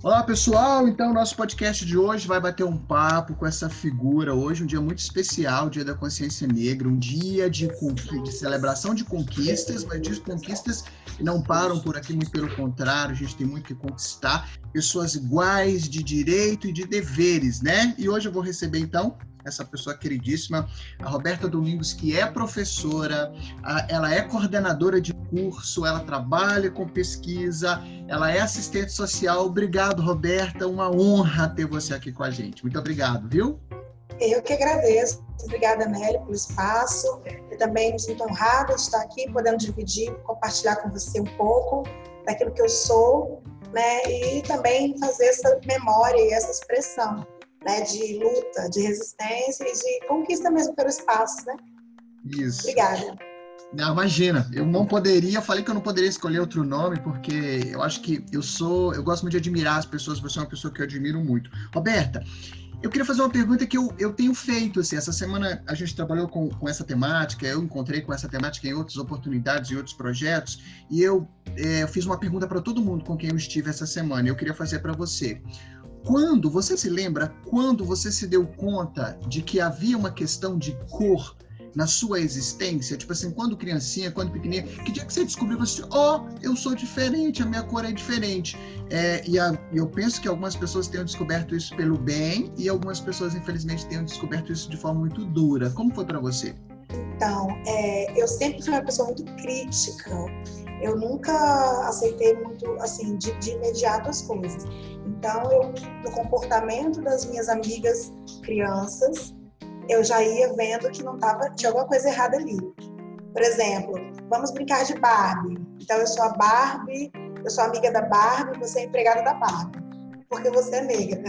Olá, pessoal! Então, nosso podcast de hoje vai bater um papo com essa figura. Hoje, um dia muito especial, Dia da Consciência Negra, um dia de celebração de conquistas, mas de conquistas que não param por aqui, muito pelo contrário, a gente tem muito que conquistar. Pessoas iguais de direito e de deveres, né? E hoje eu vou receber, então, essa pessoa queridíssima, a Roberta Domingos, que é professora, ela é coordenadora de curso, ela trabalha com pesquisa, ela é assistente social. Obrigado, Roberta, uma honra ter você aqui com a gente. Muito obrigado, viu? Eu que agradeço. Obrigada, Nelly, pelo espaço. Eu também me sinto honrada de estar aqui, podendo dividir, compartilhar com você um pouco daquilo que eu sou, né? E também fazer essa memória e essa expressão, né, de luta, de resistência e de conquista mesmo pelo espaço, né? Isso. Obrigada. Não, imagina, falei que eu não poderia escolher outro nome, porque eu acho que eu gosto muito de admirar as pessoas, você é uma pessoa que eu admiro muito. Roberta, eu queria fazer uma pergunta que eu tenho feito, assim, essa semana a gente trabalhou com essa temática, eu encontrei com essa temática em outras oportunidades e outros projetos, e eu fiz uma pergunta para todo mundo com quem eu estive essa semana, e eu queria fazer para você. Você se lembra quando você se deu conta de que havia uma questão de cor na sua existência? Tipo assim, quando criancinha, quando pequenininha, que dia que você descobriu assim, eu sou diferente, a minha cor é diferente? E eu penso que algumas pessoas tenham descoberto isso pelo bem e algumas pessoas, infelizmente, tenham descoberto isso de forma muito dura. Como foi para você? Então, eu sempre fui uma pessoa muito crítica. Eu nunca aceitei muito, assim, de imediato as coisas. Então, no comportamento das minhas amigas crianças, eu já ia vendo que tinha alguma coisa errada ali. Por exemplo, vamos brincar de Barbie. Então, eu sou a Barbie, eu sou amiga da Barbie, você é empregada da Barbie, porque você é negra.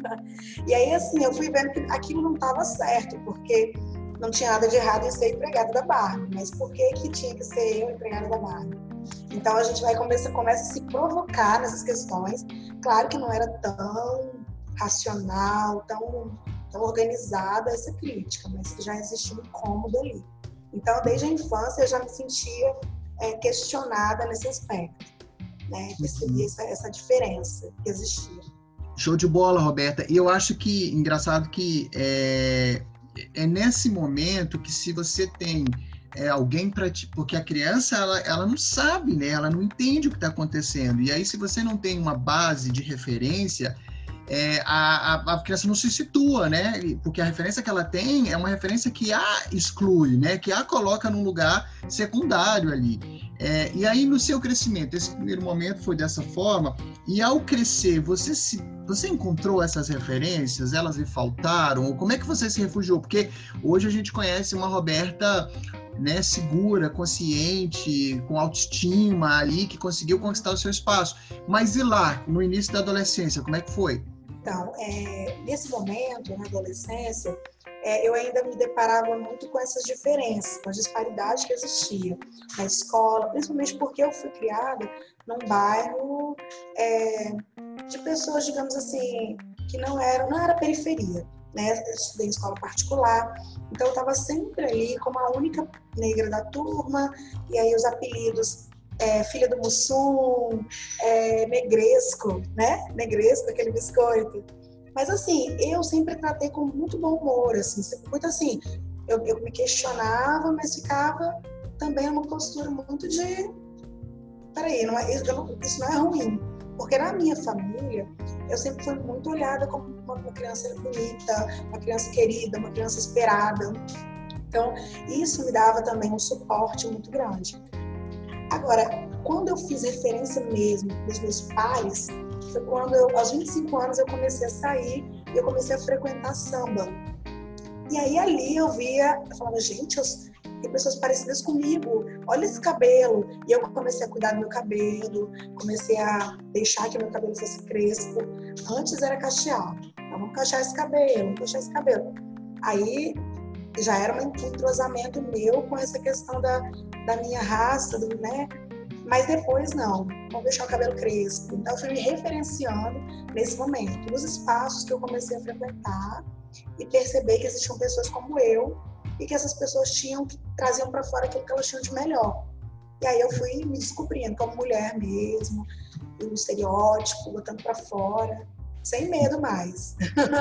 E aí, assim, eu fui vendo que aquilo não estava certo, porque não tinha nada de errado em ser empregada da Barbie, mas por que tinha que ser eu empregada da Barbie? Então a gente começa a se provocar nessas questões. Claro que não era tão racional, tão organizada essa crítica, mas que já existia um incômodo ali. Então, desde a infância, eu já me sentia questionada nesse aspecto, né? Percebi essa diferença que existia. Show de bola, Roberta. E eu acho que, engraçado que é nesse momento que se você tem alguém para ti, porque a criança ela não sabe, né? Ela não entende o que está acontecendo. E aí, se você não tem uma base de referência, a criança não se situa, né? Porque a referência que ela tem é uma referência que a exclui, né? Que a coloca num lugar secundário ali. E aí, no seu crescimento, esse primeiro momento foi dessa forma, e ao crescer, você encontrou essas referências? Elas lhe faltaram? Ou como é que você se refugiou? Porque hoje a gente conhece uma Roberta, né, segura, consciente, com autoestima ali, que conseguiu conquistar o seu espaço. Mas e lá, no início da adolescência, como é que foi? Então, nesse momento, na adolescência, eu ainda me deparava muito com essas diferenças, com as disparidades que existiam na escola, principalmente porque eu fui criada num bairro de pessoas, digamos assim, que não era periferia, né? Eu estudei em escola particular, então eu estava sempre ali como a única negra da turma, e aí os apelidos filha do Mussum, negresco, né? Negresco, aquele biscoito. Mas assim, eu sempre tratei com muito bom humor, assim, muito assim, eu me questionava, mas ficava também numa postura muito de peraí, isso não é ruim. Porque na minha família, eu sempre fui muito olhada como uma criança bonita, uma criança querida, uma criança esperada. Então, isso me dava também um suporte muito grande. Agora, quando eu fiz referência mesmo dos meus pais, foi quando aos 25 anos, eu comecei a sair e eu comecei a frequentar samba. E aí, ali, eu falava, gente, tem pessoas parecidas comigo, olha esse cabelo. E eu comecei a cuidar do meu cabelo, comecei a deixar que meu cabelo fosse crespo. Antes era cacheado. Então, vamos cachear esse cabelo. Aí já era um entrosamento meu com essa questão da minha raça, né? Mas depois não, vamos deixar o cabelo crespo. Então eu fui me referenciando nesse momento, nos espaços que eu comecei a frequentar e perceber que existiam pessoas como eu e que essas pessoas traziam para fora aquilo que elas tinham de melhor. E aí eu fui me descobrindo como mulher mesmo, o estereótipo, botando para fora, sem medo mais.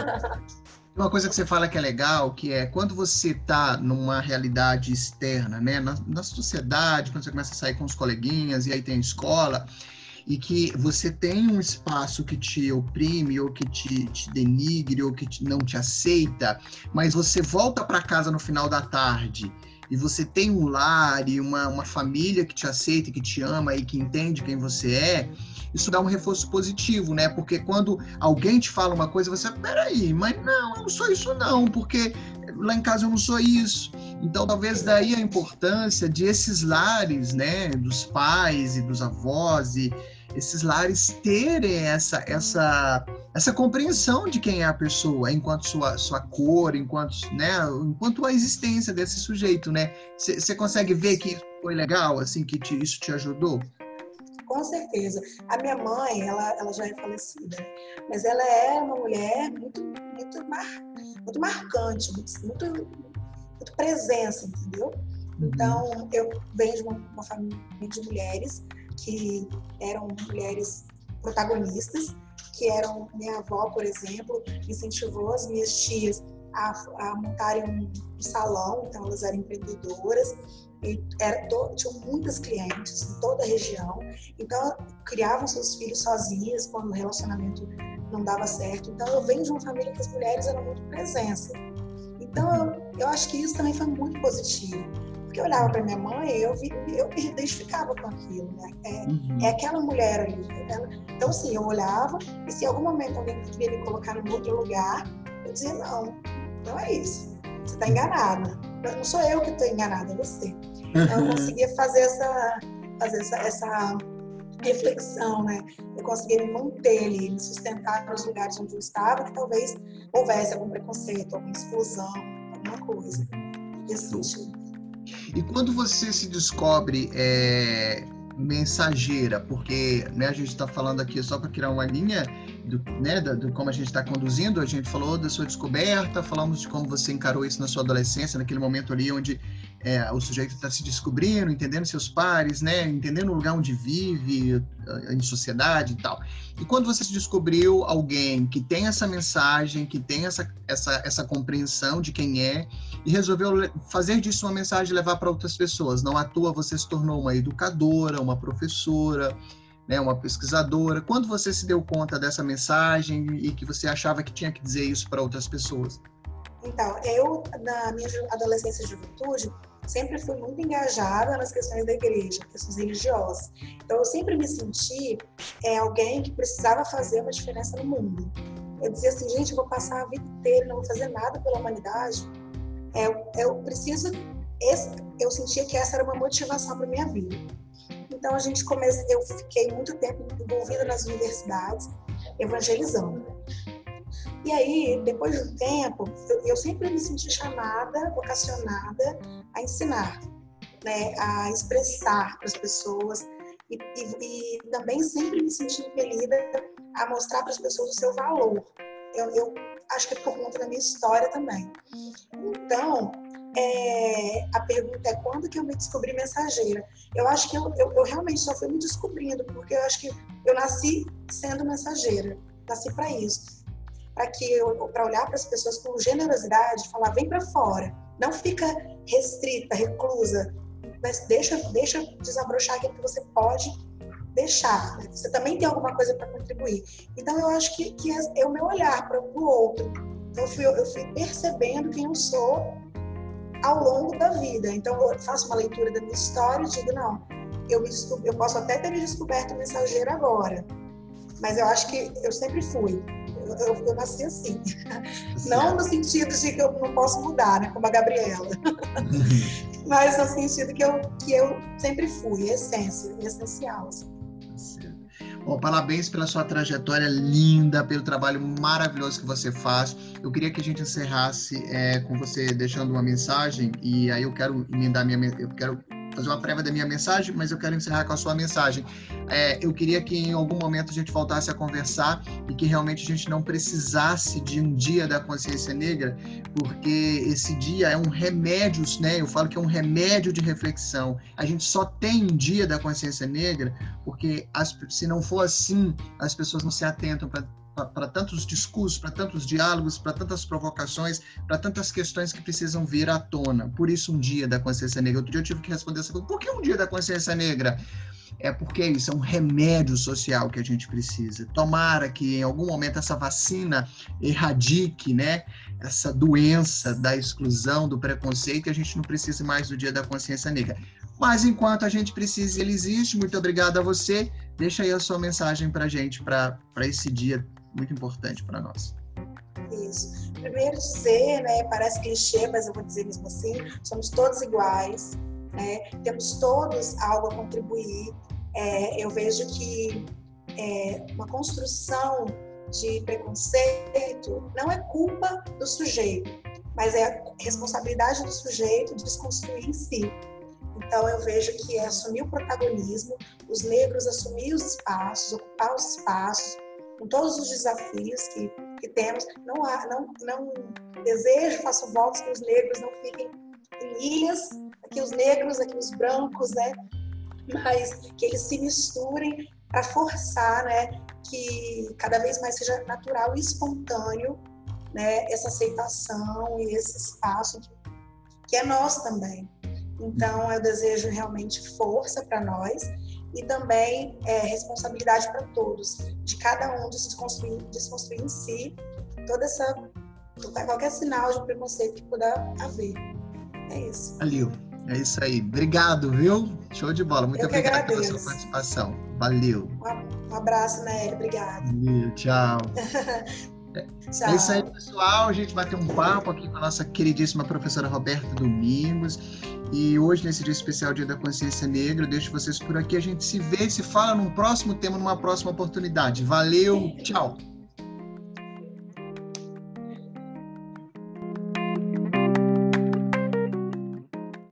Uma coisa que você fala que é legal, que é quando você está numa realidade externa, né, na sociedade, quando você começa a sair com os coleguinhas, e aí tem a escola, e que você tem um espaço que te oprime, ou que te denigre, ou que não te aceita, mas você volta para casa no final da tarde, e você tem um lar e uma família que te aceita, que te ama e que entende quem você é, isso dá um reforço positivo, né? Porque quando alguém te fala uma coisa, você, peraí, mas não, eu não sou isso não, porque lá em casa eu não sou isso. Então, talvez daí a importância de esses lares, né, dos pais e dos avós, e esses lares terem essa compreensão de quem é a pessoa, enquanto sua cor, enquanto a existência desse sujeito, né? Você consegue ver que isso foi legal, assim, que isso te ajudou? Com certeza. A minha mãe, ela já é falecida, né? Mas ela é uma mulher muito marcante, muito presença, entendeu? Então, eu venho de uma família de mulheres que eram mulheres protagonistas, que eram, minha avó, por exemplo, incentivou as minhas tias a montarem um salão, então elas eram empreendedoras, e tinham muitas clientes em toda a região, então criavam seus filhos sozinhas quando o relacionamento não dava certo. Então eu venho de uma família que as mulheres eram muito presença. Então eu acho que isso também foi muito positivo, porque eu olhava para minha mãe e eu me identificava com aquilo, né? É aquela mulher ali. Então assim, eu olhava e se em algum momento alguém queria me colocar em outro lugar, eu dizia, não é isso, você está enganada. Não sou eu que estou enganada, é você. Então, eu conseguia fazer essa reflexão, né? Eu conseguia me manter ali, me sustentar nos lugares onde eu estava, que talvez houvesse algum preconceito, alguma exclusão, alguma coisa nesse sentido. E quando você se descobre mensageira, porque, né, a gente está falando aqui só para criar uma linha do como a gente está conduzindo, a gente falou da sua descoberta, falamos de como você encarou isso na sua adolescência, naquele momento ali onde o sujeito está se descobrindo, entendendo seus pares, né, entendendo o lugar onde vive, em sociedade e tal. E quando você se descobriu alguém que tem essa mensagem, que tem essa compreensão de quem é, e resolveu fazer disso uma mensagem e levar para outras pessoas, não à toa você se tornou uma educadora, uma professora, né, uma pesquisadora. Quando você se deu conta dessa mensagem e que você achava que tinha que dizer isso para outras pessoas? Então, eu, na minha adolescência e juventude, sempre fui muito engajada nas questões da igreja, questões religiosas. Então, eu sempre me senti alguém que precisava fazer uma diferença no mundo. Eu dizia assim, gente, eu vou passar a vida inteira e não vou fazer nada pela humanidade. Eu sentia que essa era uma motivação para minha vida. Então, eu fiquei muito tempo envolvida nas universidades, evangelizando. E aí, depois de um tempo, eu sempre me senti chamada, vocacionada a ensinar, né, a expressar para as pessoas e também sempre me senti impelida a mostrar para as pessoas o seu valor. Eu acho que é por conta da minha história também. Então, a pergunta é quando que eu me descobri mensageira? Eu acho que eu realmente só fui me descobrindo, porque eu acho que eu nasci sendo mensageira, nasci para isso. Para olhar para as pessoas com generosidade, falar, vem para fora, não fica restrita, reclusa, mas deixa desabrochar aquilo que você pode deixar, né? Você também tem alguma coisa para contribuir. Então eu acho que é o meu olhar para o outro. Então eu fui percebendo quem eu sou ao longo da vida. Então eu faço uma leitura da minha história e digo, não, eu posso até ter me descoberto mensageira agora, mas eu acho que eu sempre fui. Eu nasci assim. Não no sentido de que eu não posso mudar, né, como a Gabriela. Mas no sentido que eu sempre fui, essencial. Assim. Bom, parabéns pela sua trajetória linda, pelo trabalho maravilhoso que você faz. Eu queria que a gente encerrasse com você deixando uma mensagem, e aí eu quero emendar eu quero fazer uma prévia da minha mensagem, mas eu quero encerrar com a sua mensagem. Eu queria que em algum momento a gente voltasse a conversar e que realmente a gente não precisasse de um dia da consciência negra, porque esse dia é um remédio, né? Eu falo que é um remédio de reflexão. A gente só tem um dia da consciência negra porque, se não for assim, as pessoas não se atentam para tantos discursos, para tantos diálogos, para tantas provocações, para tantas questões que precisam vir à tona. Por isso, um dia da consciência negra. Outro dia eu tive que responder essa pergunta. Por que um dia da consciência negra? É porque isso é um remédio social que a gente precisa. Tomara que em algum momento essa vacina erradique, né, essa doença da exclusão, do preconceito, e a gente não precise mais do dia da consciência negra. Mas enquanto a gente precisa, ele existe. Muito obrigado a você. Deixa aí a sua mensagem para a gente, para esse dia muito importante para nós. Isso. Primeiro dizer, né, parece clichê, mas eu vou dizer mesmo assim, somos todos iguais, né, temos todos algo a contribuir. Eu vejo que uma construção de preconceito não é culpa do sujeito, mas é responsabilidade do sujeito de desconstruir em si. Então, eu vejo que é assumir o protagonismo, os negros assumir os espaços, ocupar os espaços, com todos os desafios que temos. Não desejo, faço votos que os negros não fiquem em ilhas, aqui os negros, aqui os brancos, né? Mas que eles se misturem para forçar, né, que cada vez mais seja natural e espontâneo, né, essa aceitação e esse espaço que é nosso também. Então, eu desejo realmente força para nós e também responsabilidade para todos, de cada um desconstruir em si qualquer sinal de preconceito que puder haver. É isso. Valeu. É isso aí. Obrigado, viu? Show de bola. Muito obrigado pela sua participação. Valeu. Um abraço, Nélia. Obrigada. Valeu. Tchau. Tchau. É isso aí, pessoal. A gente bateu um papo aqui com a nossa queridíssima professora Roberta Domingos. E hoje, nesse dia especial, Dia da Consciência Negra, eu deixo vocês por aqui. A gente se vê e se fala num próximo tema, numa próxima oportunidade. Valeu. Tchau.